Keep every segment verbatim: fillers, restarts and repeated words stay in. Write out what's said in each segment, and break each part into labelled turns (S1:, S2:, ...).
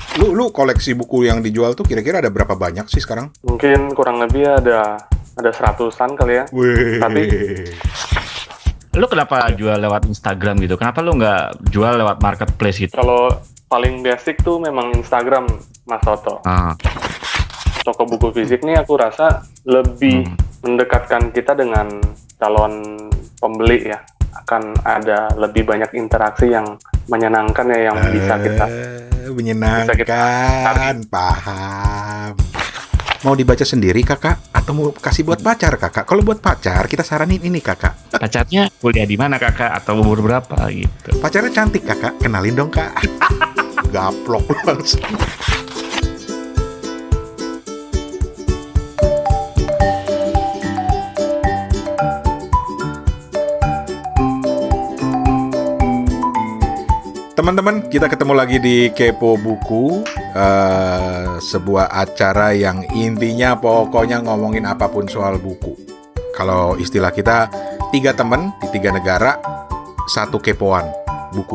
S1: Lu lu koleksi buku yang dijual tuh kira-kira ada berapa banyak sih sekarang?
S2: Mungkin kurang lebih ada ada seratusan kali ya.
S1: Wih.
S2: Tapi
S3: lu kenapa jual lewat Instagram gitu? Kenapa lu nggak jual lewat marketplace gitu?
S2: kalau paling basic tuh memang Instagram, Mas Toto.
S3: Ah,
S2: Toko buku fisik nih aku rasa lebih
S3: Hmm.
S2: mendekatkan kita dengan calon pembeli ya. Akan ada lebih banyak interaksi yang menyenangkan ya, yang bisa kita
S1: Eh, menyenangkan,
S2: bisa kita tarik.
S1: paham. Mau dibaca sendiri kakak atau mau kasih buat pacar kakak? Kalau buat pacar kita saranin ini kakak.
S3: pacarnya kuliah di mana kakak? Atau umur berapa gitu?
S1: Pacarnya cantik kakak, kenalin dong kak. Gaplok langsung. Teman-teman, kita ketemu lagi di Kepo Buku, eh, sebuah acara yang intinya pokoknya ngomongin apapun soal buku. Kalau istilah kita, tiga teman di tiga negara, satu kepoan buku.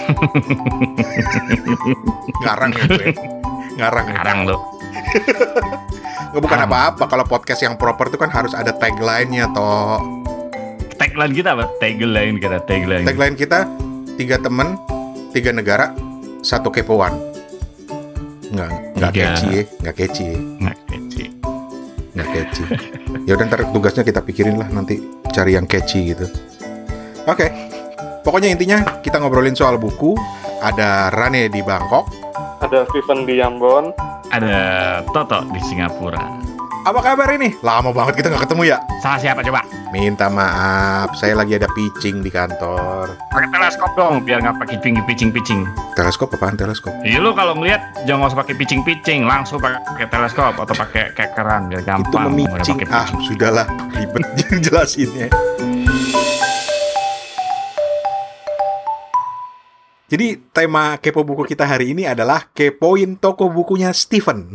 S1: Ngarang ya gue, ngarang. ya.
S3: Sekarang lo.
S1: Nggak, bukan apa-apa, kalau podcast yang proper itu kan harus ada tagline-nya toh.
S3: Tagline kita apa? Tagline kita, tagline.
S1: Tagline kita, tiga teman, tiga negara, satu kepoan. Nggak, nggak
S3: Tiga.
S1: catchy ya, nggak catchy ya.
S3: Nggak catchy.
S1: Nggak catchy. Ya udah, ntar tugasnya kita pikirin lah nanti, cari yang catchy gitu. Oke, pokoknya intinya kita ngobrolin soal buku. Ada Rane di Bangkok.
S2: Ada Steven di Ambon.
S3: Ada Toto di Singapura.
S1: Apa kabar ini? Lama banget kita nggak ketemu ya.
S3: Salah siapa coba?
S1: Minta maaf, saya lagi ada pitching di kantor.
S3: Pakai teleskop dong, biar nggak pakai pitching-pitching.
S1: Teleskop apaan teleskop?
S3: Iya lu kalau ngeliat jangan usah pakai pitching-pitching, langsung pakai teleskop atau pakai kekeran biar
S1: Itu
S3: gampang. Udah
S1: memicing.
S3: pakai
S1: Ah,
S3: pitching.
S1: sudahlah, ribet jelasinnya. Jadi tema Kepo Buku kita hari ini adalah kepoin toko bukunya Steven.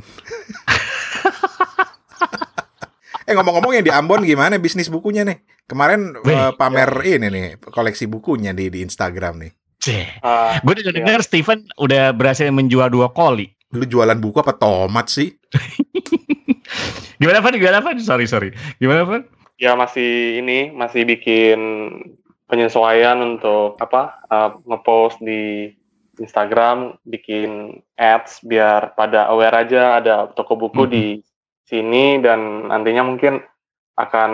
S1: eh ngomong-ngomong, yang di Ambon gimana bisnis bukunya nih? Kemarin
S3: Wih,
S1: eh, pamer ini nih koleksi bukunya di di Instagram nih.
S3: Cih.
S2: Ah,
S3: Gue udah dengar Steven udah berhasil menjual dua koli.
S1: Lu jualan buku apa tomat sih?
S3: Gimana Van? Gimana Van? Sorry sorry. Gimana Van?
S2: ya masih ini masih bikin penyesuaian untuk apa uh, ngepost di Instagram, bikin ads biar pada aware aja ada toko buku
S3: Mhm.
S2: di sini, dan nantinya mungkin akan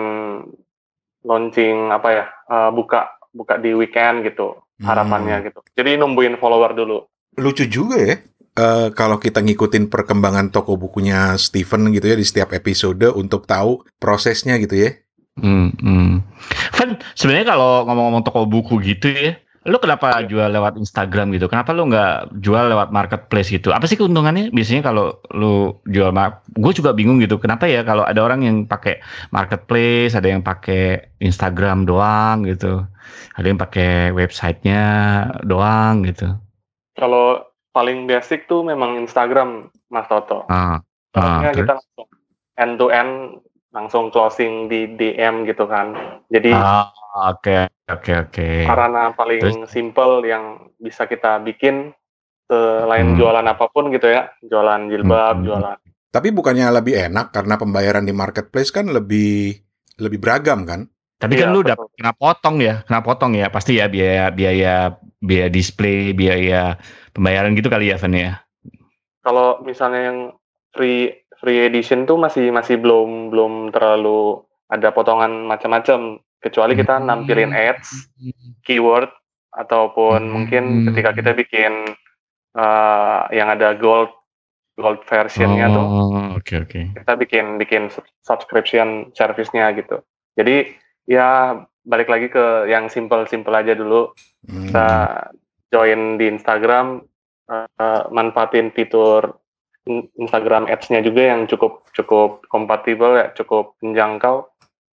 S2: launching apa ya uh, buka buka di weekend gitu harapannya
S1: Hmm.
S2: gitu. Jadi nungguin follower dulu.
S1: Lucu juga ya. Eh, kalau kita ngikutin perkembangan toko bukunya Steven gitu ya di setiap episode untuk tahu prosesnya gitu ya.
S3: Hmm, hmm. Van, sebenarnya kalau ngomong-ngomong toko buku gitu ya, lu kenapa jual lewat Instagram gitu? Kenapa lu nggak jual lewat marketplace gitu? Apa sih keuntungannya? Biasanya kalau lu jual, gue juga bingung gitu. Kenapa ya kalau ada orang yang pakai marketplace, ada yang pakai Instagram doang gitu, ada yang pakai websitenya doang gitu.
S2: Kalau paling basic tuh memang Instagram, Mas Toto.
S3: Ah,
S2: Soalnya
S3: ah,
S2: kita langsung end to end, langsung closing di D M gitu kan. Jadi
S3: ah, oke, oke, oke.
S2: sarana paling simple yang bisa kita bikin selain
S3: Hmm.
S2: jualan apapun gitu ya, jualan jilbab,
S3: Hmm.
S2: jualan.
S1: Tapi bukannya lebih enak karena pembayaran di marketplace kan lebih lebih beragam kan?
S3: Tapi
S2: Iya,
S3: kan lu
S2: betul.
S3: dapat kena potong ya, kena potong ya, pasti ya biaya biaya biaya display, biaya pembayaran gitu kali ya, Van ya.
S2: Kalau misalnya yang free free edition tuh masih masih belum belum terlalu ada potongan macam-macam, kecuali kita
S3: Hmm.
S2: nampilin ads, keyword, ataupun
S3: Hmm.
S2: mungkin ketika kita bikin uh, yang ada gold gold versionnya tuh,
S3: Oh, oke oke.
S2: kita bikin bikin sub- subscription service-nya gitu. Jadi ya balik lagi ke yang simple-simple aja dulu.
S1: Hmm.
S2: Kita join di Instagram, uh, manfaatin fitur in- Instagram Ads-nya juga yang cukup cukup kompatibel ya, cukup menjangkau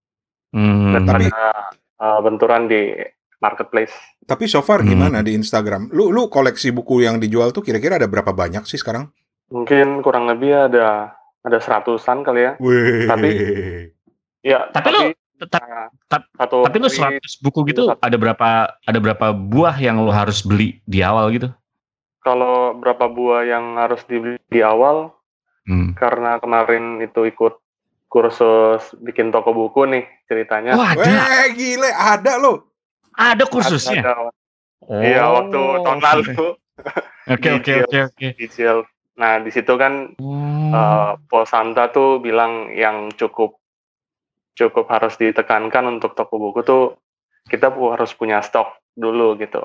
S3: Hmm.
S2: daripada
S1: Tapi-
S2: uh, benturan di marketplace.
S1: Tapi so far
S3: Hmm.
S1: gimana di Instagram? Lu lu koleksi buku yang dijual tuh kira-kira ada berapa banyak sih sekarang?
S2: Mungkin kurang lebih ada ada seratusan kali ya.
S1: Wih.
S2: Tapi ya
S3: Tapi lu tetap
S2: uh,
S3: tap-
S2: satu
S3: tapi lu
S2: hari-
S3: seratus buku gitu
S2: satu-
S3: ada berapa ada berapa buah yang lu harus beli di awal gitu?
S2: kalau berapa buah yang harus dibeli di awal,
S3: Hmm.
S2: karena kemarin itu ikut kursus bikin toko buku nih ceritanya.
S3: Oh ada,
S1: Weh, gile, ada loh.
S3: ada kursusnya.
S2: Ada, iya, waktu tahun lalu.
S3: Oke oke
S2: Di
S3: oke oke.
S2: Cil. Nah, di situ kan
S3: Oh.
S2: uh, Paul Santa tuh bilang yang cukup cukup harus ditekankan untuk toko buku tuh kita pu- harus punya stok dulu gitu.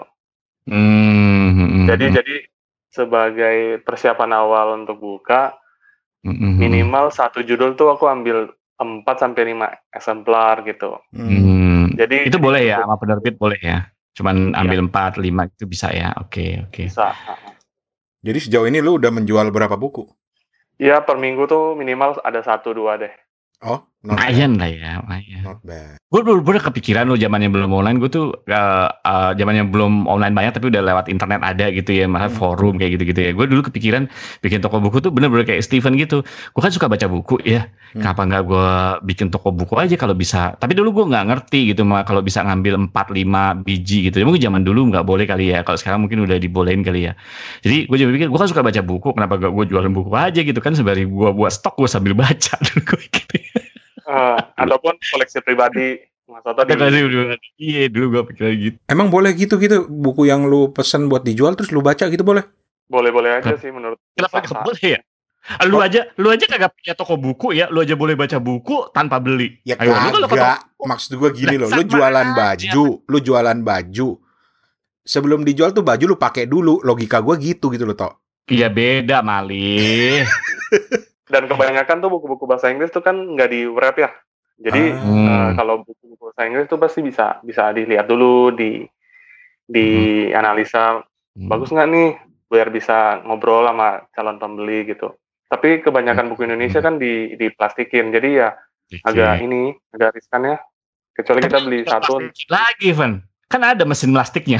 S3: Hmm.
S2: Jadi jadi sebagai persiapan awal untuk buka,
S3: Hmm.
S2: minimal satu judul tuh aku ambil empat sampai lima eksemplar gitu.
S3: Hmm.
S2: Jadi
S3: Itu boleh ya,
S2: cukup
S3: sama penerbit boleh ya. Cuman
S2: Iya.
S3: ambil empat, lima itu bisa ya. Oke oke.
S2: bisa.
S1: Jadi sejauh ini lu udah menjual berapa buku?
S2: Iya, per minggu tuh minimal ada satu dua deh.
S1: Oh, not
S3: Lumayan
S1: bad.
S3: lah ya, lumayan.
S1: Not bad.
S3: Gue dulu udah kepikiran lo zamannya belum online, gue tuh uh, uh, zamannya belum online banyak tapi udah lewat internet ada gitu ya, malah
S1: Hmm.
S3: forum kayak gitu-gitu ya. Gue dulu kepikiran bikin toko buku tuh bener-bener kayak Steven gitu. Gue kan suka baca buku ya,
S1: Hmm.
S3: kenapa nggak gue bikin toko buku aja kalau bisa. Tapi dulu gue nggak ngerti gitu mah kalau bisa ngambil empat lima biji gitu. Mungkin zaman dulu nggak boleh kali ya, kalau sekarang mungkin udah dibolehin kali ya. Jadi gue juga pikir gue kan suka baca buku, kenapa gak gue jualan buku aja gitu kan, sembari gue buat stok gue sambil baca dulu gue gitu.
S2: Uh, ataupun koleksi pribadi. Mas Oto di
S3: Iya dulu gue pikir gitu.
S1: Emang boleh gitu-gitu buku yang lu pesen buat dijual terus lu baca gitu boleh?
S2: boleh-boleh aja sih menurut.
S3: Kenapa
S2: sah-sah.
S3: nggak boleh ya? Lu aja, lu aja kagak punya toko buku ya, lu aja boleh baca buku tanpa beli.
S1: Ya
S3: Ayo, lu kalau ke
S1: kagak.
S3: toko-
S1: Maksud gue gini
S3: Lah,
S1: loh, lu
S3: sama
S1: jualan
S3: aja.
S1: baju, lu jualan baju. Sebelum dijual tuh baju lu pakai dulu. Logika gue gitu gitu loh, Tok.
S3: Iya beda malih.
S2: Dan kebanyakan tuh buku-buku bahasa Inggris tuh kan nggak di wrap ya. Jadi
S1: Ah.
S3: Hmm.
S2: eh, kalau buku-buku bahasa Inggris tuh pasti bisa bisa dilihat dulu, di di analisa bagus nggak nih, biar bisa ngobrol sama calon pembeli gitu. Tapi kebanyakan buku Indonesia kan di diplastikin, jadi ya agak ini agak riskan ya. Kecuali kita beli satu.
S3: lagi, Van. Kan ada mesin plastiknya.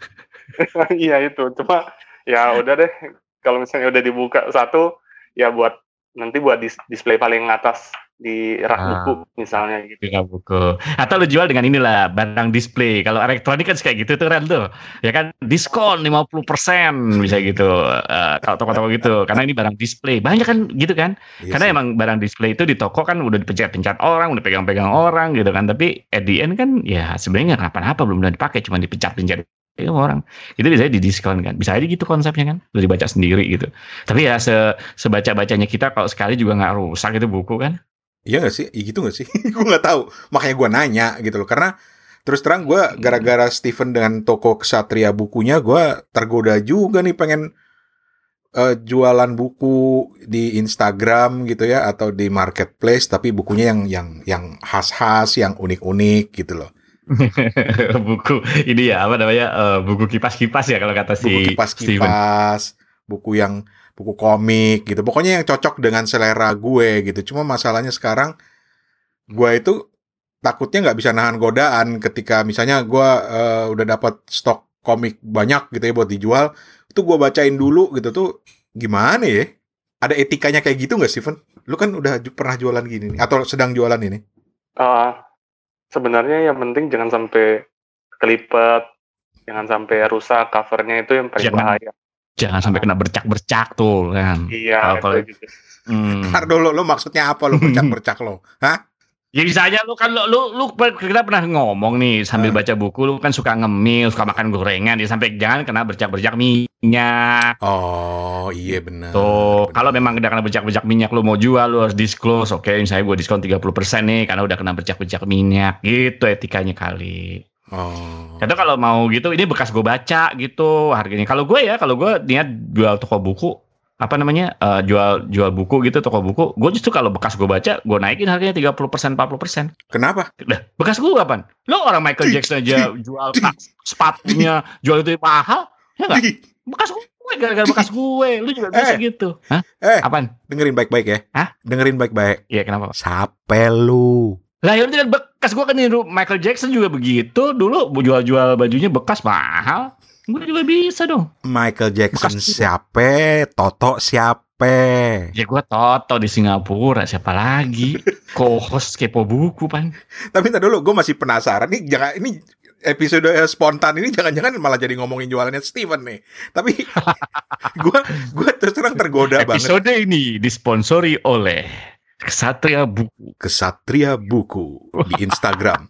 S2: Iya itu, cuma ya udah deh. Kalau misalnya udah dibuka satu, ya buat nanti buat dis- display paling atas di rak
S3: Ah.
S2: buku misalnya gitu.
S3: Tinggal buku. Atau lu jual dengan inilah barang display. Kalau elektronik kan kayak gitu tuh Ren tuh. Ya kan diskon lima puluh persen bisa gitu. Eh, kalau toko-toko gitu. Karena ini barang display. Banyak kan gitu kan.
S1: Iya
S3: Karena
S1: sih.
S3: emang barang display itu di toko kan udah dipencet-pencet orang, udah pegang-pegang orang gitu kan. Tapi at the end kan ya sebenarnya nggak kenapa-napa, belum udah dipakai, cuma dipencet-pencet pegang orang. Itu biasanya didiskon kan. Bisa aja gitu konsepnya kan. Udah dibaca sendiri gitu. Tapi ya se sebaca-bacanya kita kalau sekali juga nggak rusak itu buku kan.
S1: Iya gak sih? Ya gitu gak sih? Gue gak tahu. Makanya gue nanya gitu loh. Karena terus terang gue gara-gara Steven dengan toko Ksatria bukunya, gue tergoda juga nih pengen eh, jualan buku di Instagram gitu ya, atau di marketplace, tapi bukunya yang yang yang khas-khas, yang unik-unik gitu loh.
S3: Buku ini ya apa namanya eh, buku kipas-kipas ya kalau kata si
S1: Buku
S3: Steven.
S1: kipas-kipas, buku yang buku komik gitu. Pokoknya yang cocok dengan selera gue gitu. Cuma masalahnya sekarang gue itu takutnya nggak bisa nahan godaan ketika misalnya gue uh, udah dapat stok komik banyak gitu ya buat dijual, itu gue bacain dulu gitu tuh gimana ya? Ada etikanya kayak gitu nggak, Steven? Lu kan udah ju- pernah jualan gini nih, atau sedang jualan ini?
S2: Uh, sebenarnya yang penting jangan sampai kelipet, jangan sampai rusak covernya, itu yang paling
S3: Jangan.
S2: bahaya.
S3: Jangan sampai kena bercak-bercak tuh kan.
S2: Iya,
S3: Kalau-
S2: itu juga.
S3: Hmm.
S1: Ntar dulu, lo maksudnya apa lo bercak-bercak lo? Hah?
S3: Ya bisa aja lu kan lu lu, lu kita pernah ngomong nih sambil
S1: Hmm.
S3: baca buku lu kan suka ngemil, suka makan gorengan ya sampai jangan kena bercak-bercak minyak.
S1: Oh iya benar.
S3: Tuh,
S1: benar.
S3: kalau memang udah kena bercak-bercak minyak lu mau jual lu harus disclose. Oke, misalnya gue diskon tiga puluh persen nih karena udah kena bercak-bercak minyak. Gitu etikanya kali.
S1: Oh.
S3: Itu kalau mau gitu ini bekas gue baca gitu harganya. Kalau gue ya, kalau gue niat jual toko buku apa namanya eh, jual jual buku gitu toko buku, gue justru kalau bekas gue baca gue naikin harganya tiga puluh persen empat puluh persen.
S1: Kenapa?
S3: Lah, bekas gue kapan? Lo orang Michael Jackson aja jual ta- sepatunya jual itu mahal, ya nggak? Bekas gue gara-gara bekas gue, lu juga bisa
S1: Eh.
S3: gitu. Hah?
S1: Eh.
S3: Apaan?
S1: Dengerin baik-baik ya.
S3: Hah?
S1: Dengerin baik-baik.
S3: Iya kenapa?
S1: Sape lu.
S3: Lah ya kan bekas gue kan niru Michael Jackson juga begitu. Dulu jual-jual bajunya bekas mahal. Gue juga bisa dong.
S1: Michael Jackson
S3: Bekas-
S1: siapa? Toto siapa?
S3: Ya gue Toto di Singapura, siapa lagi? Co-host kepo buku pan.
S1: Tapi ntar dulu, gue masih penasaran nih. Jangan ini episode spontan ini jangan-jangan malah jadi ngomongin jualannya Steven nih. Tapi gue gue terus terang tergoda banget.
S3: Episode ini disponsori oleh Ksatria Buku.
S1: Ksatria Buku di Instagram.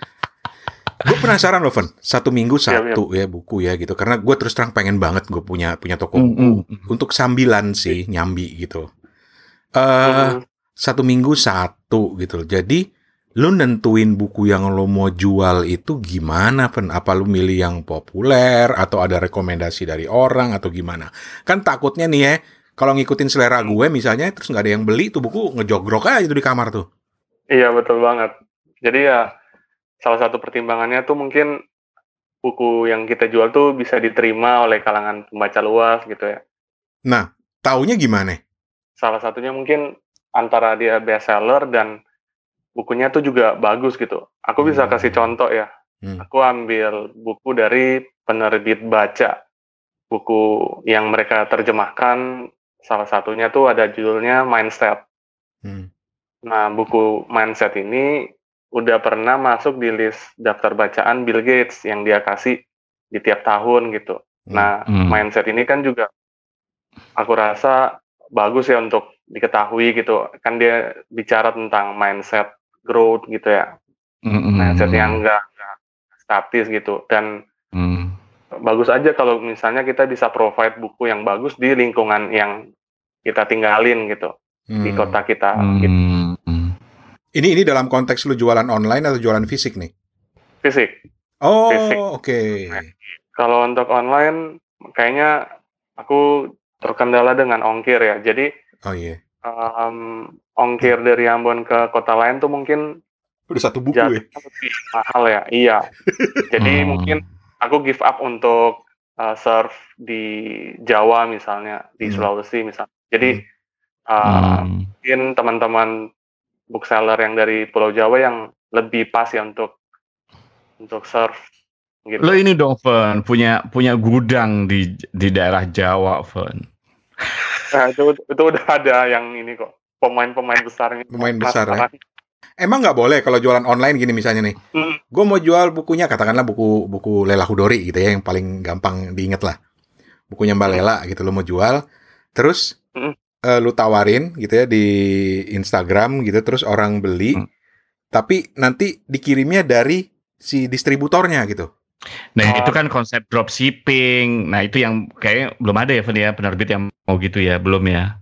S1: Gue penasaran loh, Fen. Satu minggu satu ya, ya buku ya gitu. Karena gue terus terang pengen banget gue punya punya toko buku mm-hmm. untuk sambilan sih nyambi gitu. Uh, mm-hmm. Satu minggu satu gitu. Jadi lu nentuin buku yang lu mau jual itu gimana, Fen? Apa lu milih yang populer atau ada rekomendasi dari orang atau gimana? Kan takutnya nih ya, kalau ngikutin selera gue misalnya, terus nggak ada yang beli tuh buku ngejogrok aja tuh di kamar tuh.
S2: Iya betul banget. Jadi ya salah satu pertimbangannya tuh mungkin buku yang kita jual tuh bisa diterima oleh kalangan pembaca luas gitu ya.
S1: Nah, taunya gimana?
S2: Salah satunya mungkin antara dia bestseller dan bukunya tuh juga bagus gitu. Aku bisa
S1: hmm.
S2: kasih contoh ya. Hmm. Aku ambil buku dari penerbit Baca. Buku yang mereka terjemahkan, salah satunya tuh ada judulnya Mindset. Hmm. Nah, buku Mindset ini udah pernah masuk di list daftar bacaan Bill Gates yang dia kasih di tiap tahun gitu. Hmm. Nah, hmm. Mindset ini kan juga aku rasa bagus ya untuk diketahui gitu. Kan dia bicara tentang mindset growth gitu ya. Hmm. Mindset yang enggak, enggak statis gitu. Dan hmm. bagus aja kalau misalnya kita bisa provide buku yang bagus di lingkungan yang kita tinggalin gitu. Hmm. Di kota kita hmm. gitu.
S1: Ini ini dalam konteks lu jualan online atau jualan fisik nih?
S2: Fisik.
S1: Oh, oke. Okay.
S2: Nah, kalau untuk online, kayaknya aku terkendala dengan ongkir ya. Jadi,
S1: oh iya.
S2: Um, ongkir dari Ambon ke kota lain tuh mungkin
S1: udah satu buku ya?
S2: Lebih mahal ya. Iya. Jadi hmm. mungkin aku give up untuk uh, serve di Jawa misalnya, di hmm. Sulawesi misalnya. Jadi hmm. Uh, hmm. mungkin teman-teman bookseller yang dari Pulau Jawa yang lebih pas ya untuk untuk serve gitu.
S3: Lo ini dong, Fen, punya punya gudang di di daerah Jawa, Fen.
S2: Nah, itu itu udah ada yang ini kok, pemain-pemain besarnya.
S1: Pemain besar ya? Emang nggak boleh kalau jualan online gini misalnya nih. Hmm. Gue mau jual bukunya, katakanlah buku buku Lela Hudori gitu ya, yang paling gampang diinget lah. Bukunya Mbak Lela gitu, lo mau jual. Terus hmm. Uh, lu tawarin gitu ya di Instagram gitu, terus orang beli, hmm. tapi nanti dikirimnya dari si distributornya gitu.
S3: Nah uh, itu kan konsep dropshipping. Nah itu yang kayaknya belum ada ya, Fen, ya, penerbit yang mau gitu ya, belum ya?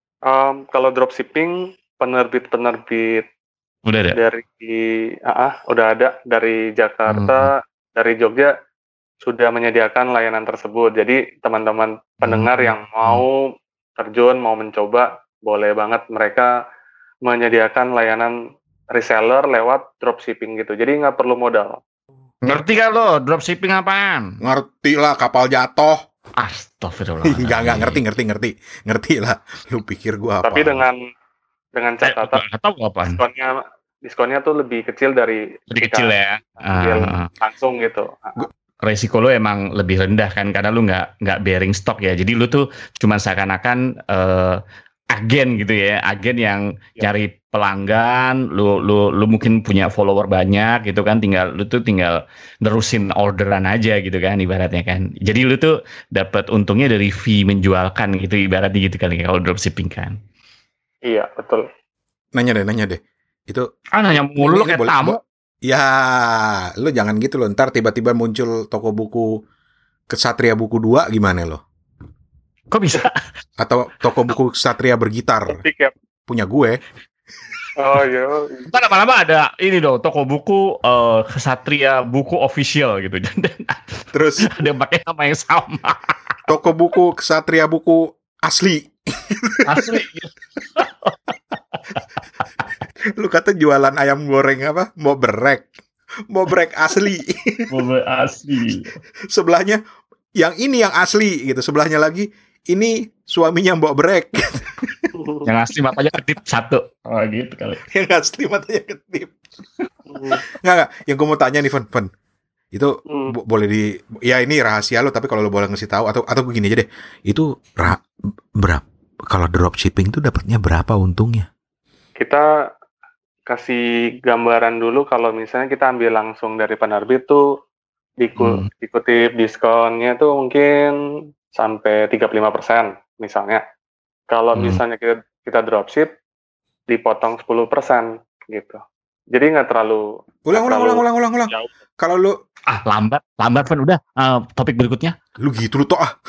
S2: Um, kalau dropshipping penerbit-penerbit
S3: udah ada
S2: dari ah uh, udah ada dari Jakarta, hmm. dari Jogja sudah menyediakan layanan tersebut. Jadi teman-teman pendengar hmm. yang mau terjun, mau mencoba, boleh banget mereka menyediakan layanan reseller lewat dropshipping gitu. Jadi nggak perlu modal.
S3: Ngerti kan lo dropshipping apaan?
S1: Ngerti lah, kapal jatuh.
S3: Astagfirullah.
S1: Enggak, enggak ngerti, ngerti, ngerti. Ngerti lah. Lu pikir gua apa?
S2: Tapi dengan dengan catatan
S3: eh, tahu apaan?
S2: Diskonnya diskonnya tuh lebih kecil dari
S3: lebih kecil ya.
S2: Uh, langsung gitu.
S3: Gua, resiko lo emang lebih rendah kan karena lu nggak nggak bearing stock ya, jadi lu tuh cuma seakan-akan uh, agen gitu ya, agen yang ya. Cari pelanggan, lu lu lu mungkin punya follower banyak gitu kan, tinggal lu tuh tinggal nerusin orderan aja gitu kan ibaratnya kan, jadi lu tuh dapat untungnya dari fee menjualkan gitu ibaratnya gitu kali ya kalau dropshipping kan.
S2: Iya betul.
S1: Nanya deh nanya deh itu
S3: ah nanya mulu lo kayak
S1: boleh,
S3: tamu.
S1: Ya, lu jangan gitu loh. Ntar tiba-tiba muncul toko buku Ksatria Buku dua gimana lo?
S3: Kok bisa?
S1: Atau toko buku Ksatria Bergitar punya gue.
S2: Oh iya.
S3: Ntar lama-lama ada ini dong, toko buku uh, Ksatria Buku Official gitu.
S1: Terus
S3: ada pakai nama yang sama.
S1: Toko buku Ksatria Buku Asli.
S3: Asli.
S1: Lu kata jualan ayam goreng apa? Mau berek. Mau berek asli.
S3: Mau berek asli.
S1: Sebelahnya yang ini yang asli gitu. Sebelahnya lagi ini suaminya Mbok Brek.
S3: Yang asli matanya ketip satu. Oh gitu kali.
S1: Yang asli matanya ketip. Enggak enggak, yang gue mau tanya nih, Fen, Fen. Itu hmm. bo- boleh di ya ini rahasia lo, tapi kalau lo boleh ngasih tahu atau atau gini aja deh. Itu ra- berapa kalau dropshipping tuh dapatnya berapa untungnya?
S2: Kita kasih gambaran dulu, kalau misalnya kita ambil langsung dari penerbit tuh diku-
S3: Hmm.
S2: dikutip diskonnya tuh mungkin sampai tiga puluh lima persen misalnya. Kalau
S3: Hmm.
S2: misalnya kita, kita dropship, dipotong sepuluh persen gitu. Jadi nggak terlalu
S1: Ulang,
S2: nggak
S1: ulang,
S2: terlalu
S1: ulang, ulang, ulang, ulang.
S2: jauh.
S1: Kalau lu,
S3: Ah, lambat, lambat Van, udah. Eh, topik berikutnya.
S1: lu gitu lu toh ah.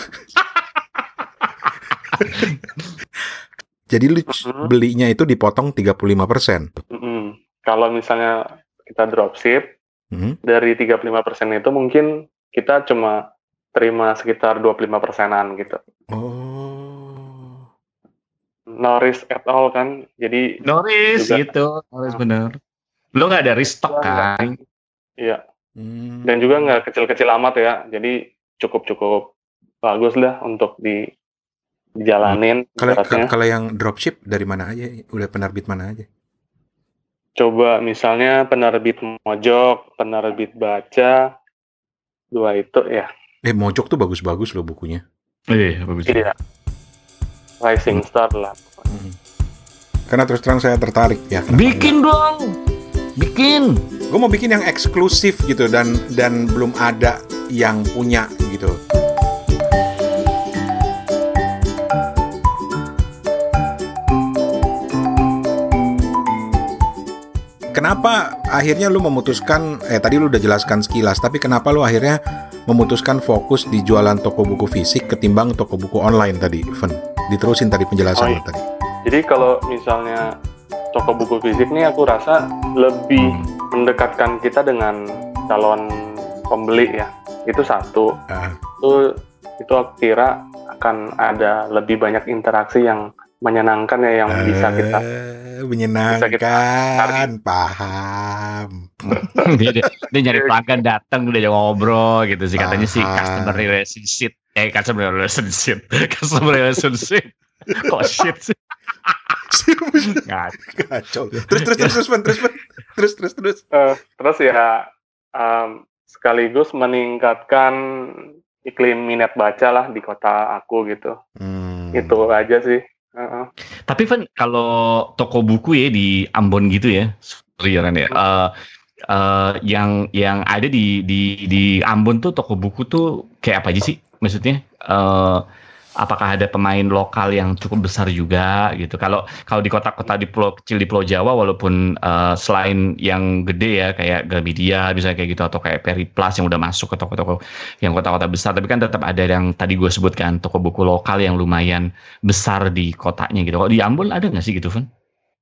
S1: Jadi lu c-
S2: Mhm.
S1: belinya itu dipotong tiga puluh lima persen.
S2: Mm-mm. Kalau misalnya kita dropship,
S1: Hmm.
S2: dari tiga puluh lima persen itu mungkin kita cuma terima sekitar dua puluh lima persenan gitu.
S1: Oh.
S2: No risk at all kan. Jadi
S3: Noris
S2: juga
S3: gitu, Noris bener. Lo nggak ada restock
S2: juga nggak-
S3: kan?
S2: iya.
S1: Hmm.
S2: Dan juga nggak kecil-kecil amat ya. Jadi cukup-cukup bagus lah untuk di dijalanin
S1: Kalau
S2: ibaratnya.
S1: kalau yang dropship dari mana aja? Udah penerbit mana aja?
S2: Coba misalnya penerbit Mojok, penerbit Baca, dua itu ya.
S1: Eh, Mojok tuh bagus-bagus loh bukunya.
S3: Iya, bagus.
S2: Iya. Rising Star lah.
S1: Hmm. Karena terus terang saya tertarik ya. kenapa
S3: Bikin dong, bikin.
S1: gue mau bikin yang eksklusif gitu dan dan belum ada yang punya gitu. Kenapa akhirnya lu memutuskan, eh tadi lu udah jelaskan sekilas, tapi kenapa lu akhirnya memutuskan fokus di jualan toko buku fisik ketimbang toko buku online tadi, Fen? Diterusin tadi penjelasan
S2: Oh,
S1: lu
S2: iya.
S1: tadi.
S2: Jadi kalau misalnya toko buku fisik nih aku rasa lebih mendekatkan kita dengan calon pembeli ya. Itu satu.
S1: Ah.
S2: Itu itu aku kira akan ada lebih banyak interaksi yang menyenangkan ya yang bisa kita
S1: Eh, menyenangkan, paham.
S3: dia, dia, dia nyari pelanggan datang udah ngobrol gitu sih katanya sih
S1: Paham.
S3: customer relationship eh customer relationship customer relationship kok shit sih nggak
S1: Kacau. Terus terus terus terus Fen, terus Fen. terus terus terus.
S2: Eh, terus ya em, sekaligus meningkatkan iklim minat baca lah di kota aku gitu.
S1: Hmm.
S2: Itu aja sih. Heeh.
S3: tapi Van kalau toko buku ya di Ambon gitu ya sorry ya Ran ya eh, eh, yang yang ada di di di Ambon tuh toko buku tuh kayak apa aja sih maksudnya eh, apakah ada pemain lokal yang cukup besar juga gitu kalau kalau di kota-kota di pulau kecil di Pulau Jawa walaupun eh, selain yang gede ya kayak Gramedia misalnya kayak gitu atau kayak Periplus yang udah masuk ke toko-toko yang kota-kota besar tapi kan tetap ada yang tadi gue sebutkan toko buku lokal yang lumayan besar di kotanya gitu. Kalau di Ambon ada nggak sih gitu, Van?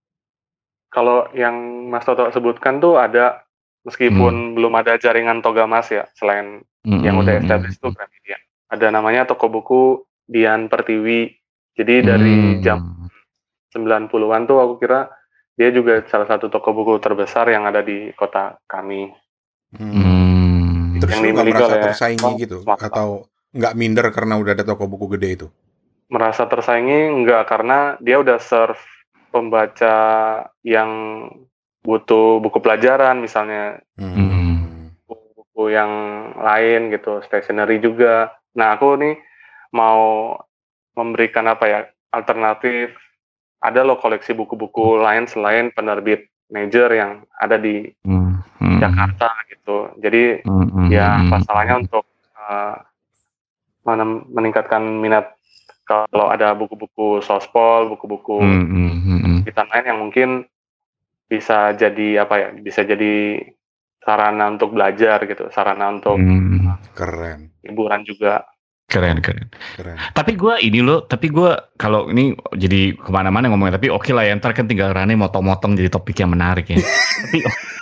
S2: Kalau yang Mas Toto sebutkan tuh ada meskipun belum ada jaringan Togamas ya selain
S3: Mm,
S2: yang udah
S3: mm,
S2: established
S3: mm,
S2: tuh Gramedia. Ada namanya toko buku Dian Pertiwi. Jadi dari
S3: mm.
S2: jam sembilan puluhan tuh aku kira dia juga salah satu toko buku terbesar yang ada di kota kami.
S1: Hmm.
S3: Hmm.
S1: Terus
S2: Yang
S1: lu nggak
S2: dimiliki
S1: merasa
S2: oleh
S1: tersaingi
S2: Tom
S1: gitu?
S2: Smart.
S1: Atau nggak minder karena udah ada toko buku gede itu?
S2: Merasa tersaingi enggak karena dia udah serve pembaca yang butuh buku pelajaran misalnya
S1: Hmm.
S2: buku yang lain gitu, stationery juga. Nah, aku nih mau memberikan apa ya, alternatif. Ada loh koleksi buku-buku lain selain penerbit major yang ada di
S3: Hmm. Hmm.
S2: Jakarta gitu. Jadi
S3: Hmm. Hmm.
S2: ya
S3: Hmm.
S2: pasalnya untuk uh, menem- meningkatkan minat kalau ada buku-buku sospol, buku-buku
S3: Hmm. Hmm. Hmm. Hmm.
S2: kita lain yang mungkin bisa jadi apa ya, bisa jadi sarana untuk belajar gitu, sarana untuk
S3: Hmm.
S1: Keren,
S2: hiburan juga.
S3: Keren, keren.
S1: keren.
S3: Tapi gue ini loh, tapi gue kalau ini jadi kemana-mana ngomongnya, tapi oke lah ya, ntar kan tinggal Rane motong-motong jadi topik yang menarik ya. Tapi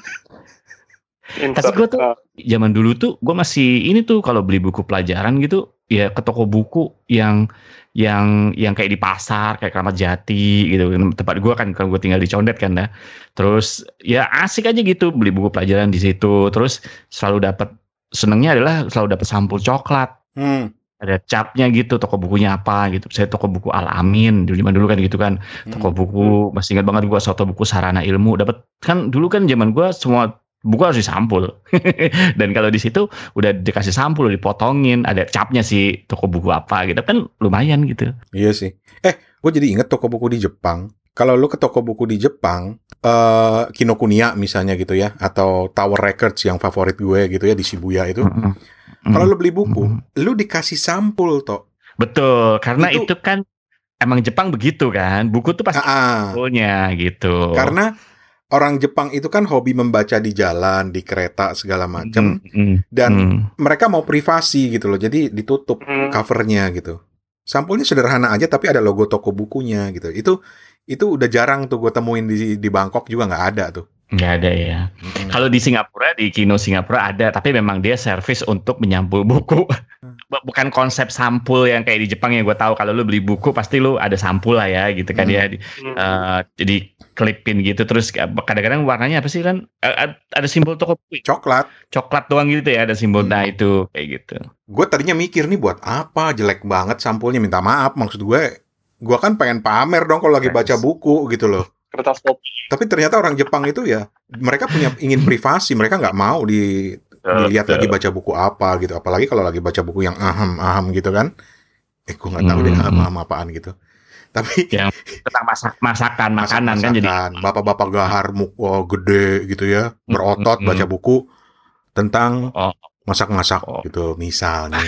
S2: Insert,
S3: gue tuh
S2: uh,
S3: zaman dulu tuh gue masih ini tuh kalau beli buku pelajaran gitu ya ke toko buku yang yang yang kayak di pasar kayak Kramat Jati gitu tempat gue kan kalau gue tinggal di Condet kan ya terus ya asik aja gitu beli buku pelajaran di situ terus selalu dapat senengnya adalah selalu dapat sampul coklat
S1: Hmm.
S3: ada capnya gitu toko bukunya apa gitu saya toko buku Al Amin dulu zaman dulu kan gitu kan toko
S1: Hmm.
S3: buku masih ingat banget gue toko buku Sarana Ilmu dapat kan dulu kan zaman gue semua buku harus disampul dan kalau di situ udah dikasih sampul dipotongin ada capnya sih toko buku apa gitu kan lumayan gitu.
S1: Iya sih. Eh, gue jadi inget toko buku di Jepang. kalau lu ke toko buku di Jepang, uh, Kinokuniya misalnya gitu ya, atau Tower Records yang favorit gue gitu ya di Shibuya itu,
S3: Mm-mm.
S1: kalau lu beli buku,
S3: Mm-mm.
S1: lu dikasih sampul toh.
S3: Betul, karena
S1: Itu-
S3: itu, kan emang Jepang begitu kan, buku tuh pasti
S1: Ah, ah.
S3: sampulnya gitu.
S1: Karena orang Jepang itu kan hobi membaca di jalan, di kereta segala macam,
S3: Mm, mm,
S1: dan
S3: mm.
S1: mereka mau privasi gitu loh, jadi ditutup
S2: Hmm.
S1: covernya gitu. Sampulnya sederhana aja, tapi ada logo toko bukunya gitu. Itu itu udah jarang tuh gue temuin di di Bangkok juga nggak ada tuh.
S3: Nggak ada ya.
S1: Mm-mm.
S3: Kalau di Singapura, di Kino Singapura ada, tapi memang dia servis untuk menyampul buku. Bu- Bukan konsep sampul yang kayak di Jepang yang gue tahu. Kalau lu beli buku pasti lu ada sampul lah ya, gitu kan
S1: Hmm.
S3: ya. Di-
S2: Hmm.
S3: eh, jadi klipin gitu. Terus eh, kadang-kadang warnanya apa sih kan? Eh, Ada simbol toko buku,
S1: Coklat.
S3: coklat doang gitu ya. Ada simbol
S1: Hmm.
S3: nah itu kayak gitu.
S1: Gue tadinya mikir nih buat apa, jelek banget sampulnya, minta maaf. Maksud gue, gue kan pengen pamer dong kalau lagi baca buku gitu loh.
S2: Kertas kopi.
S1: Tapi ternyata orang Jepang itu ya, mereka punya ingin privasi, mereka nggak mau di dilihat lagi baca buku apa gitu. Apalagi kalau lagi baca buku yang aham-aham gitu kan. Eh, gue nggak tahu deh
S3: Hmm.
S1: aham-aham apaan gitu. Tapi
S3: Yang tentang masak masakan makanan kan jadi
S1: masak-masakan, bapak-bapak gahar muka gede gitu ya, berotot
S3: Hmm.
S1: baca buku tentang
S3: Oh.
S1: masak-masak
S3: Oh.
S1: gitu misalnya.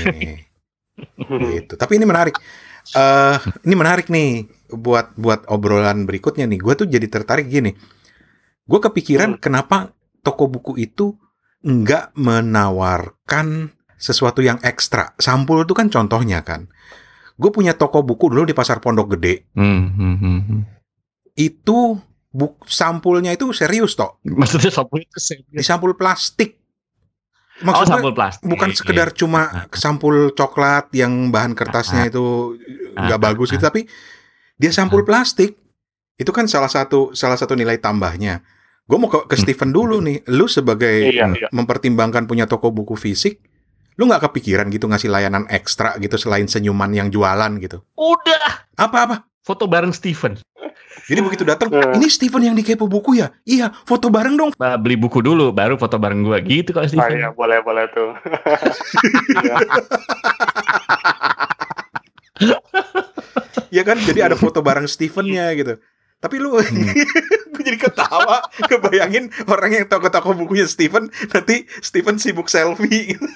S1: Gitu. Tapi ini menarik. Eh, ini menarik nih buat buat obrolan berikutnya nih. Gue tuh jadi tertarik gini. Gue kepikiran
S2: Hmm.
S1: kenapa toko buku itu nggak menawarkan sesuatu yang ekstra. Sampul itu kan contohnya kan. Gue punya toko buku dulu di Pasar Pondok Gede.
S3: Hmm, hmm, hmm, hmm.
S1: Itu buk, sampulnya itu serius toh.
S3: Maksudnya sampul itu
S1: Di
S3: serius.
S1: sampul plastik.
S3: Oh,
S1: Maksudnya
S3: sampul plastik.
S1: bukan sekedar cuma sampul coklat yang bahan kertasnya itu nggak
S3: Ah,
S1: bagus
S3: ah,
S1: gitu, tapi dia sampul plastik. Itu kan salah satu salah satu nilai tambahnya. Gue mau ke, ke
S3: Hmm.
S1: Steven dulu nih. Lu sebagai
S2: Iya,
S1: eh,
S2: iya.
S1: mempertimbangkan punya toko buku fisik, lu nggak kepikiran gitu ngasih layanan ekstra gitu selain senyuman yang jualan gitu?
S3: Udah
S1: Apa-apa?
S3: foto bareng Steven.
S1: Jadi begitu datang,
S2: Hmm.
S1: ini Steven yang di Kepo Buku ya? Iya, foto bareng dong.
S3: Bah, beli buku dulu baru foto bareng gua gitu kalau
S2: Ah,
S3: Steven.
S2: iya, boleh boleh tuh. Iya.
S1: Ya kan, jadi ada foto bareng Stevennya gitu. Tapi lu,
S3: Hmm.
S1: gue jadi ketawa, kebayangin orang yang toko-toko bukunya Steven, nanti Steven sibuk selfie. Gitu.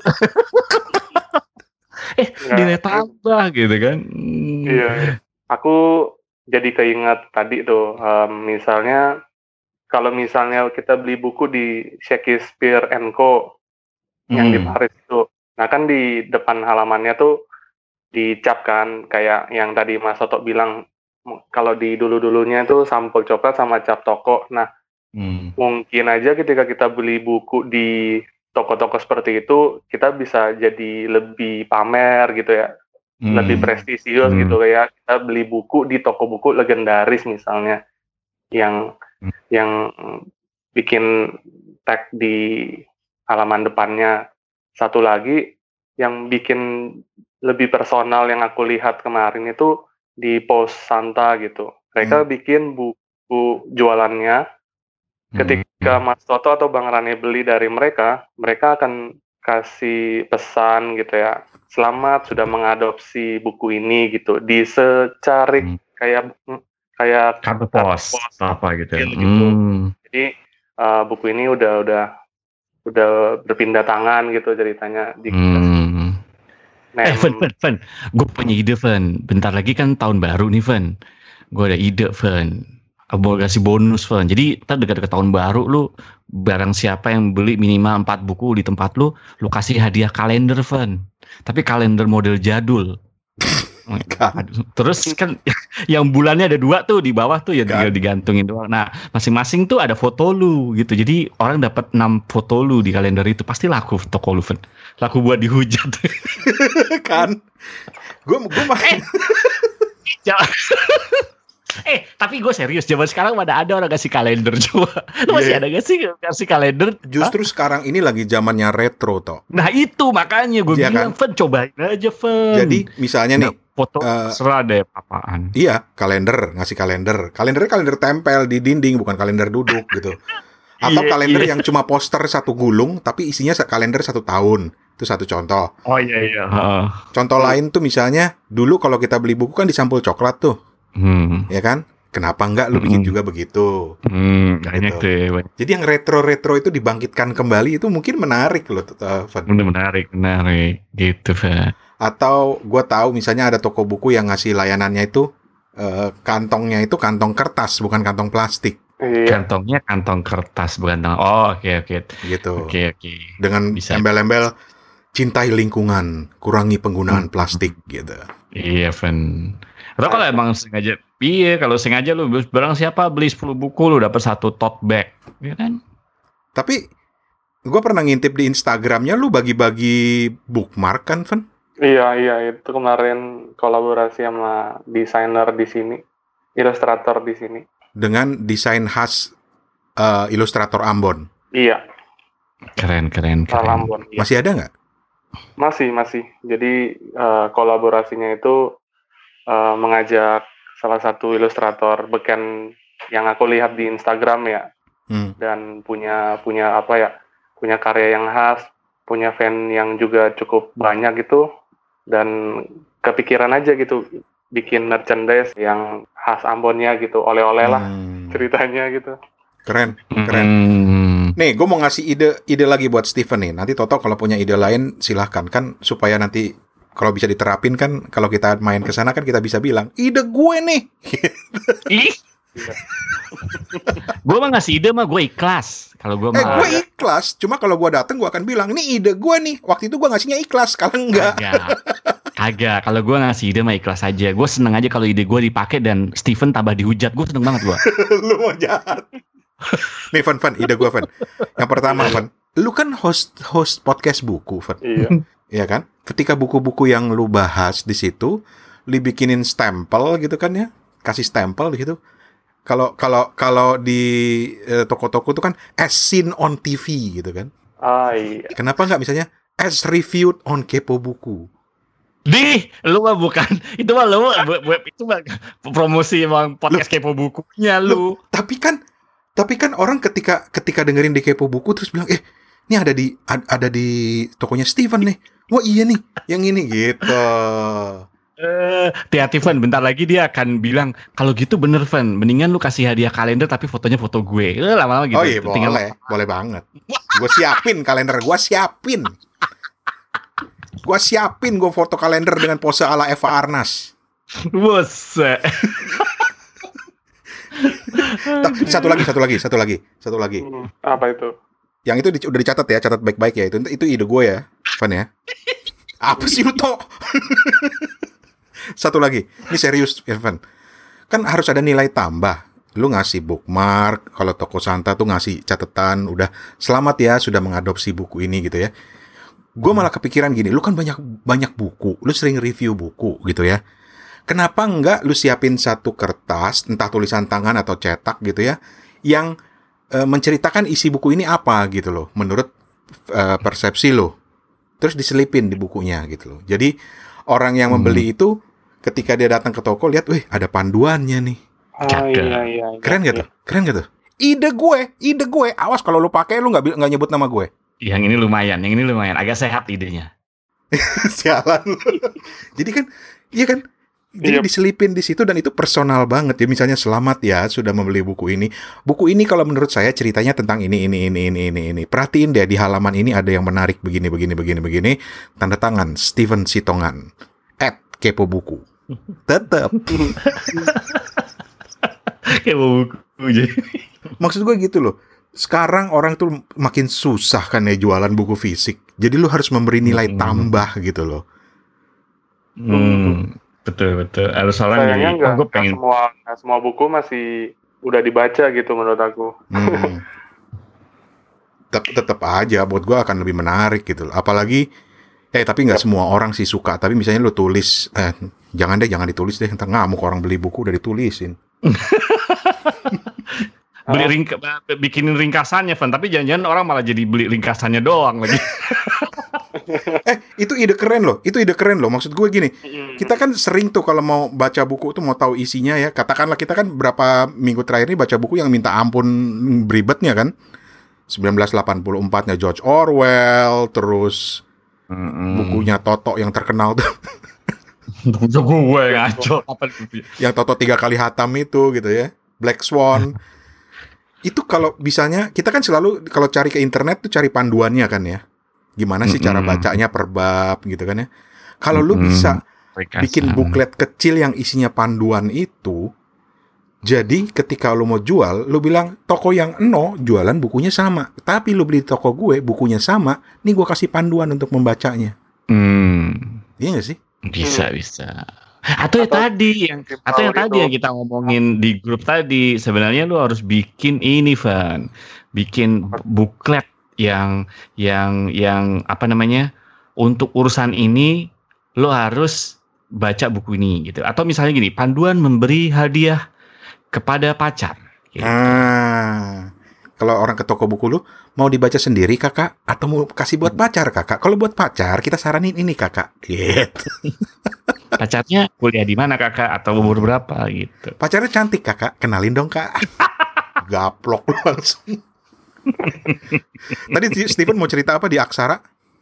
S3: Eh,
S2: Nggak.
S3: nilai tambah gitu kan. Hmm.
S2: Iya, iya. Aku jadi keinget tadi tuh, em, misalnya kalau misalnya kita beli buku di Shakespeare and Co yang di
S3: Hmm.
S2: Paris itu, nah kan di depan halamannya tuh dicap kan kayak yang tadi Mas Toto bilang, m- kalau di dulu-dulunya tuh sampul coklat sama cap toko. Nah,
S3: Hmm.
S2: mungkin aja ketika kita beli buku di toko-toko seperti itu, kita bisa jadi lebih pamer gitu ya,
S3: Hmm.
S2: lebih prestisius
S3: Hmm.
S2: gitu kayak kita beli buku di toko buku legendaris misalnya yang
S3: Hmm.
S2: yang bikin tag di halaman depannya. Satu lagi yang bikin lebih personal yang aku lihat kemarin itu di Pos Santa gitu. Mereka bikin buku jualannya. Ketika Mas Toto atau Bang Rane beli dari mereka, mereka akan kasih pesan gitu ya. Selamat sudah mengadopsi buku ini gitu. Di secarik
S3: Hmm.
S2: kayak kayak
S3: Kartu pos atau apa gitu.
S2: kecil gitu.
S3: Hmm.
S2: Jadi uh, buku ini udah udah udah berpindah tangan gitu ceritanya di
S3: Hmm.
S2: Nem-
S3: Eh, Fen, Fen, Fen. Gue punya ide, Fen. Bentar lagi kan tahun baru nih, Fen. Gue ada ide, Fen. Mau kasih bonus, Fen. Jadi, ntar dekat-dekat tahun baru, lu barang siapa yang beli minimal empat buku di tempat lu, lu kasih hadiah kalender, Fen. Tapi kalender model jadul. Aduh, terus kan yang bulannya ada dua tuh di bawah tuh ya tinggal digantungin doang. Nah, masing-masing tuh ada foto lu gitu. Jadi orang dapat enam foto lu di kalender itu, pasti laku toko lu, Fen. Laku buat dihujat.
S1: Kan? Gue gue makin
S3: Jangan- eh, tapi gue serius. Zaman sekarang mana ada orang kasih kalender coba. Lu masih
S1: Iya.
S3: ada gak sih kasih kalender?
S1: justru sekarang ini lagi zamannya retro toh.
S3: Nah itu makanya gue
S1: Iya
S3: bilang, Fen, cobain aja, Fen.
S1: Jadi misalnya nih,
S3: Nah, foto
S1: eh,
S3: serah deh apaan.
S1: iya kalender, ngasih kalender. Kalendernya kalender tempel di dinding, bukan kalender duduk gitu. Atau
S3: Iya,
S1: kalender
S3: iya.
S1: yang cuma poster satu gulung, tapi isinya se- kalender satu tahun. Itu satu contoh.
S3: Oh iya iya. Heeh.
S1: Contoh lain tuh misalnya, dulu kalau kita beli buku kan di sampul coklat tuh,
S3: Hmm.
S1: ya kan? Kenapa enggak lu bikin
S3: Mm-mm.
S1: juga begitu?
S3: Hmm, banyak
S1: Gitu.
S3: deh. banyak.
S1: Jadi yang retro-retro itu dibangkitkan kembali itu mungkin menarik loh, uh, Van.
S3: Bener, menarik, menarik. Gitu, Van.
S1: Atau gue tahu misalnya ada toko buku yang ngasih layanannya itu uh, kantongnya itu kantong kertas bukan kantong plastik
S2: Iya.
S3: Kantongnya kantong kertas, bukan kantong. Oh, oke, oke.
S1: gitu.
S3: Oke, oke.
S1: Dengan
S3: Bisa.
S1: embel-embel cintai lingkungan, kurangi penggunaan
S3: Hmm.
S1: plastik gitu.
S3: Iya, Van. Atau kalau emang sengaja, iya, kalau sengaja lu barang siapa beli sepuluh buku, lu dapat satu tote bag. Iya kan?
S1: Tapi gue pernah ngintip di Instagramnya lu bagi-bagi bookmark kan, Van?
S2: Iya, iya, itu kemarin kolaborasi sama desainer di sini, ilustrator di sini.
S1: Dengan desain khas uh, ilustrator Ambon.
S2: Iya,
S3: Keren, keren,
S2: Al
S3: keren.
S2: Ambon. Iya.
S1: Masih ada nggak?
S2: Masih, masih. Jadi eh, kolaborasinya itu eh, mengajak salah satu ilustrator beken yang aku lihat di Instagram ya,
S1: Hmm.
S2: dan punya punya apa ya, punya karya yang khas, punya fan yang juga cukup banyak gitu, dan kepikiran aja gitu bikin merchandise yang khas Ambonnya gitu, oleh-oleh lah
S1: Hmm.
S2: ceritanya gitu.
S1: Keren, keren.
S3: Hmm.
S1: Nih, gue mau ngasih ide ide lagi buat Steven nih. Nanti Toto kalau punya ide lain silahkan kan supaya nanti kalau bisa diterapin kan kalau kita main ke sana kan kita bisa bilang ide gue nih.
S3: Ih. Gue mah ngasih ide mah gue ikhlas. Kalau gue
S1: Eh,
S3: mah
S1: gue ikhlas. Cuma kalau gue dateng gue akan bilang ini ide gue nih. Waktu itu gue ngasihnya ikhlas. Kalau enggak,
S3: Kagak. Kagak. Kalau gue ngasih ide mah ikhlas aja. Gue seneng aja kalau ide gue dipakai dan Steven tambah dihujat. Gue seneng banget gue.
S1: lu mau jahat. Nih, Van, Van, ide gue, Van. Yang pertama, Van, lu kan host host podcast buku, Van.
S2: Iya.
S1: Iya kan? Ketika buku-buku yang lu bahas di situ, lu bikinin stempel gitu kan ya? Kasih stempel di situ. Kalau kalau kalau di eh, toko-toko itu kan as seen on T V gitu kan?
S2: Ah iya.
S1: Kenapa nggak misalnya as reviewed on Kepo Buku?
S3: Di, lu mah bukan. Itu mah lu bu- bu- itu mah promosi emang podcast kepo bukunya lu.
S1: Tapi kan tapi kan orang ketika ketika dengerin di Kepo Buku terus bilang, "Eh, ini ada di ad- ada di tokonya Steven nih. Wah, iya nih, yang ini gitu."
S3: Eh, hati-hati Van, bentar lagi dia akan bilang kalau gitu bener Van, mendingan lu kasih hadiah kalender tapi fotonya foto gue. Eh, lama-lama gitu.
S1: Oh iya,
S3: Tinggal-
S1: boleh, boleh banget. Gue siapin kalender, gue siapin. Gue siapin gue foto kalender dengan pose ala Eva Arnas.
S3: Buset.
S1: Ta- Satu lagi, satu lagi, satu lagi, satu lagi.
S2: Hmm, apa itu?
S1: Yang itu di- udah dicatat ya, catat baik-baik ya. Itu itu ide gue ya, Van ya. Apa sih lu toh? Satu lagi, ini serius, Evan. Kan harus ada nilai tambah. Lu ngasih bookmark, kalau toko Santa tuh ngasih catatan, udah selamat ya sudah mengadopsi buku ini gitu ya. Gue malah kepikiran gini, lu kan banyak banyak buku, lu sering review buku gitu ya. Kenapa enggak lu siapin satu kertas, entah tulisan tangan atau cetak gitu ya, yang e, menceritakan isi buku ini apa gitu loh, menurut e, persepsi lo. Terus diselipin di bukunya gitu loh. Jadi orang yang membeli itu ketika dia datang ke toko lihat, wih ada panduannya nih.
S2: Ah
S3: Cakep.
S2: iya iya. iya.
S1: Keren gak tuh? Keren gak tuh? Ide gue, ide gue. Awas kalau lu pakai lu nggak bil- nggak nyebut nama gue.
S3: Yang ini lumayan, yang ini lumayan, agak sehat idenya.
S1: Sialan. Jadi kan, iya kan? Jadi
S2: Yep.
S1: diselipin di situ dan itu personal banget ya. Misalnya selamat ya sudah membeli buku ini. Buku ini kalau menurut saya ceritanya tentang ini ini ini ini ini ini. Perhatiin deh di halaman ini ada yang menarik begini begini begini begini. Tanda tangan Steven Sitongan. At Kepo Buku. Tetap.
S3: Kayak buku jadi.
S1: Maksud gue gitu loh. Sekarang orang tuh makin susah kan ya jualan buku fisik. Jadi lu harus memberi nilai
S3: Hmm.
S1: tambah gitu loh.
S3: Hmm, betul betul. Harus orang jadi.
S2: Sayangnya
S3: Oh,
S2: enggak,
S3: gue pengen.
S2: semua nggak semua buku masih udah dibaca gitu menurut aku.
S1: Hmm. Tet- Tetap aja buat gue akan lebih menarik gitu loh. Apalagi eh tapi nggak semua orang sih suka. Tapi misalnya lu tulis, eh jangan deh jangan ditulis deh. Ntar ngamuk orang beli buku udah ditulisin.
S3: Beli ringka, bikinin ringkasannya, Van. Tapi jangan-jangan orang malah jadi beli ringkasannya doang lagi.
S1: Eh itu ide keren loh. Itu ide keren loh. Maksud gue gini.
S2: Mm.
S1: Kita kan sering tuh kalau mau baca buku tuh mau tahu isinya ya. Katakanlah kita kan berapa minggu terakhir ini baca buku yang minta ampun beribetnya kan. seribu sembilan ratus delapan puluh empat-nya George Orwell, terus bukunya Toto yang terkenal tuh.
S3: Untuk gue ngaco apa
S1: yang Toto tiga kali hatam itu gitu ya, Black Swan. Itu kalau bisanya kita kan selalu kalau cari ke internet tuh cari panduannya kan ya, gimana sih cara bacanya per bab gitu kan ya. Kalau lu bisa bikin buklet kecil yang isinya panduan itu, jadi ketika lu mau jual, lu bilang toko yang eno jualan bukunya sama, tapi lu beli toko gue bukunya sama, nih gue kasih panduan untuk membacanya.
S3: Hmm.
S1: Iya gak sih?
S3: Bisa hmm. bisa. Atau, atau yang tadi yang atau yang itu. tadi yang kita ngomongin di grup tadi, sebenarnya lu harus bikin ini, Van. Bikin buklet yang yang yang apa namanya? Untuk urusan ini lu harus baca buku ini gitu. Atau misalnya gini, panduan memberi hadiah kepada pacar. Gitu.
S1: Ah. Kalau orang ke toko buku lu, mau dibaca sendiri kakak, atau mau kasih buat pacar kakak? Kalau buat pacar, kita saranin ini kakak. Gitu.
S3: Pacarnya kuliah di mana kakak? Atau umur berapa gitu?
S1: Pacarnya cantik kakak, kenalin dong kak. Gaplok langsung. Tadi Steven mau cerita apa di Aksara?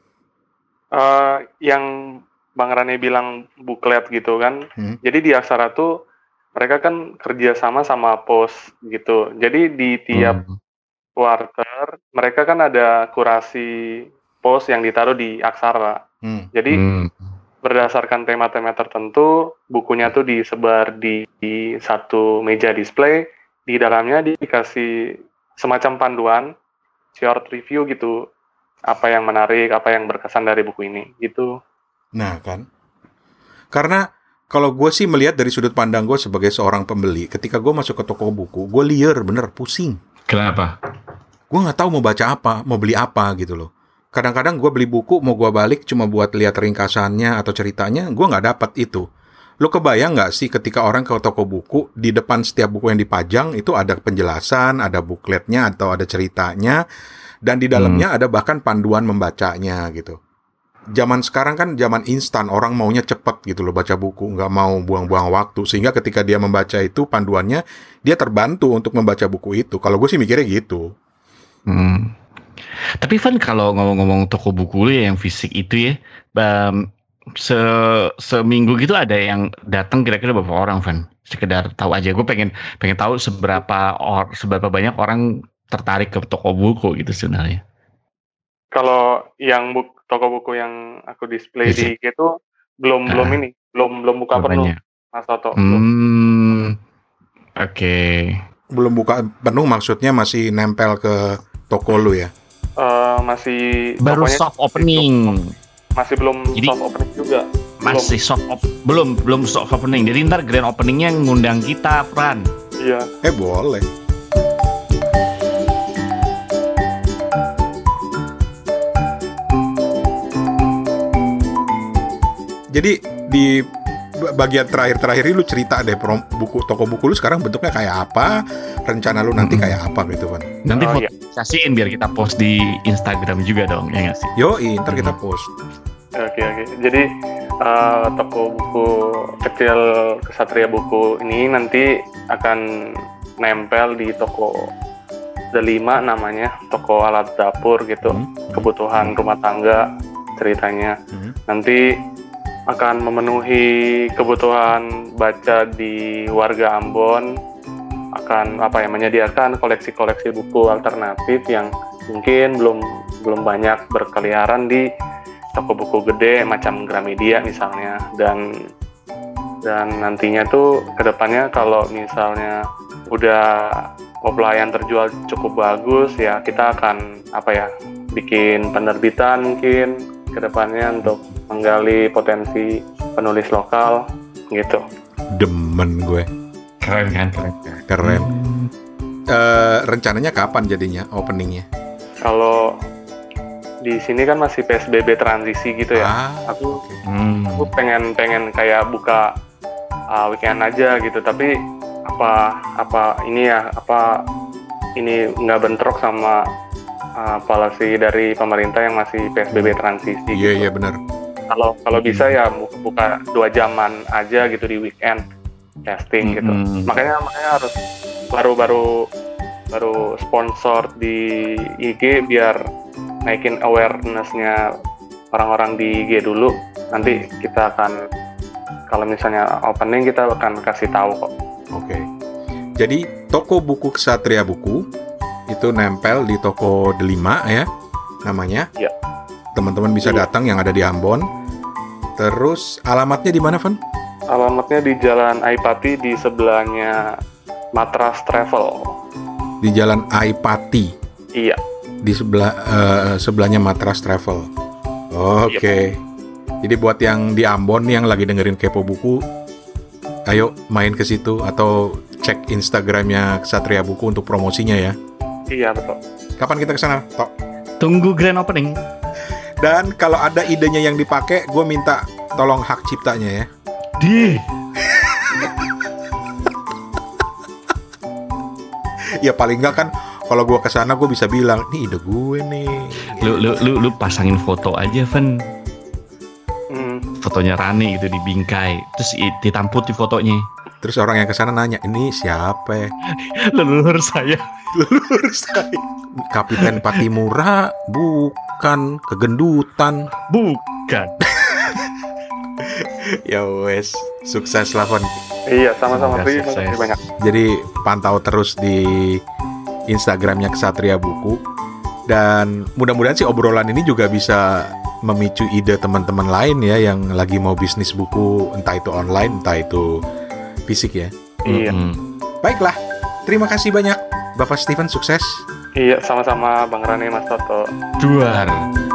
S2: Uh, yang Bang Rane bilang buklet gitu kan. Hmm. Jadi di Aksara tuh mereka kan kerjasama sama pos gitu. Jadi di tiap hmm. quarter, mereka kan ada kurasi pos yang ditaruh di Aksara. Hmm. Jadi hmm. berdasarkan tema-tema tertentu, bukunya tuh disebar di, di satu meja display. Di dalamnya dikasih semacam panduan, short review gitu. Apa yang menarik, apa yang berkesan dari buku ini, gitu.
S1: Nah kan, karena kalau gue sih melihat dari sudut pandang gue sebagai seorang pembeli, ketika gue masuk ke toko buku, gue liar, bener, pusing.
S3: Kenapa?
S1: Gue nggak tahu mau baca apa, mau beli apa gitu loh. Kadang-kadang gue beli buku, mau gue balik cuma buat lihat ringkasannya atau ceritanya, gue nggak dapat itu. Lo kebayang nggak sih ketika orang ke toko buku, di depan setiap buku yang dipajang itu ada penjelasan, ada bukletnya atau ada ceritanya, dan di dalamnya hmm. ada bahkan panduan membacanya gitu. Zaman sekarang kan zaman instan, orang maunya cepet gitu loh baca buku, nggak mau buang-buang waktu, sehingga ketika dia membaca itu panduannya, dia terbantu untuk membaca buku itu. Kalau gue sih mikirnya gitu.
S3: Hmm. Tapi Van, kalau ngomong-ngomong toko buku ya yang fisik itu ya, um, se seminggu gitu ada yang datang kira-kira berapa orang, Van? Sekedar tahu aja, gue pengen pengen tahu seberapa or seberapa banyak orang tertarik ke toko buku gitu sebenarnya.
S2: Kalau yang buku, toko buku yang aku display di I G itu belum uh, belum ini, belum belum buka penuh, Mas Toto.
S3: Hmm, Oke. Okay.
S1: Belum buka penuh maksudnya masih nempel ke toko lu ya?
S2: Uh, masih
S3: baru soft opening.
S2: Masih belum Jadi, soft opening juga.
S3: Masih belum. soft op, belum belum soft opening. Jadi ntar grand openingnya ngundang kita, Fran.
S2: Iya.
S1: Eh boleh. Jadi di bagian terakhir-terakhir ini lu cerita deh prom, buku toko buku lu sekarang bentuknya kayak apa, rencana lu nanti kayak apa gitu kan.
S3: Nanti oh, fotografiin iya. biar kita post di Instagram juga dong, ya nggak sih?
S1: Yo, ntar kita post.
S2: Oke oke. Jadi uh, toko buku kecil Kesatria Buku ini nanti akan nempel di toko Delima namanya, toko alat dapur gitu, hmm. kebutuhan rumah tangga ceritanya. Hmm. Nanti akan memenuhi kebutuhan baca di warga Ambon, akan apa ya menyediakan koleksi-koleksi buku alternatif yang mungkin belum belum banyak berkeliaran di toko buku gede macam Gramedia misalnya, dan dan nantinya tuh kedepannya kalau misalnya udah pelayan terjual cukup bagus ya kita akan apa ya bikin penerbitan mungkin kedepannya untuk menggali potensi penulis lokal gitu.
S1: Demen gue.
S3: Keren kan, keren.
S1: Keren. Hmm. Uh, rencananya kapan jadinya openingnya?
S2: Kalau di sini kan masih P S B B transisi gitu ya. Ah, aku, okay. hmm. aku pengen pengen kayak buka uh, weekend aja gitu. Tapi apa apa ini ya apa ini nggak bentrok sama uh, policy dari pemerintah yang masih P S B B transisi.
S1: Iya yeah, iya yeah, benar.
S2: Kalau kalau bisa ya buka dua jaman aja gitu di weekend testing gitu. Mm-hmm. Makanya makanya harus baru-baru baru sponsor di I G biar naikin awareness-nya orang-orang di I G dulu. Nanti kita akan kalau misalnya opening kita akan kasih tahu kok.
S1: Oke. Jadi toko buku Ksatria Buku itu nempel di toko Delima ya namanya.
S2: Iya.
S1: Teman-teman bisa
S2: Iya.
S1: datang yang ada di Ambon. Terus alamatnya di mana, Van?
S2: Alamatnya di Jalan Aipati di sebelahnya Matras Travel.
S1: Di Jalan Aipati.
S2: Iya.
S1: Di sebelah eh, sebelahnya Matras Travel. Oke. Jadi buat yang di Ambon yang lagi dengerin Kepo Buku, ayo main ke situ atau cek Instagramnya Ksatria Buku untuk promosinya ya.
S2: Iya betul.
S1: Kapan kita ke sana, Tok?
S3: Tunggu grand opening.
S1: Dan kalau ada idenya yang dipakai, gue minta tolong hak ciptanya ya.
S3: Di.
S1: Ya paling nggak kan kalau gue kesana gue bisa bilang, nih ide gue nih.
S3: Lu lu lu lu pasangin foto aja, Van.
S2: Hmm.
S3: Fotonya Rani gitu di bingkai. Terus i- ditamput di fotonya.
S1: Terus orang yang kesana nanya, ini siapa? ya?
S3: Leluhur saya.
S1: Leluhur saya. Kapiten Patimura, bukan kegendutan.
S3: Bukan.
S1: Ya wes, sukses lah Van.
S2: Iya sama-sama.
S3: Semoga
S2: Terima
S3: sukses.
S2: kasih banyak.
S1: Jadi pantau terus di Instagramnya Ksatria Buku. Dan mudah-mudahan sih obrolan ini juga bisa memicu ide teman-teman lain ya yang lagi mau bisnis buku, entah itu online, entah itu fisik ya.
S2: Iya.
S3: Mm-mm.
S1: Baiklah, terima kasih banyak Bapak Steven, sukses.
S2: Iya sama-sama Bang Rani Mas Toto.
S3: Duar.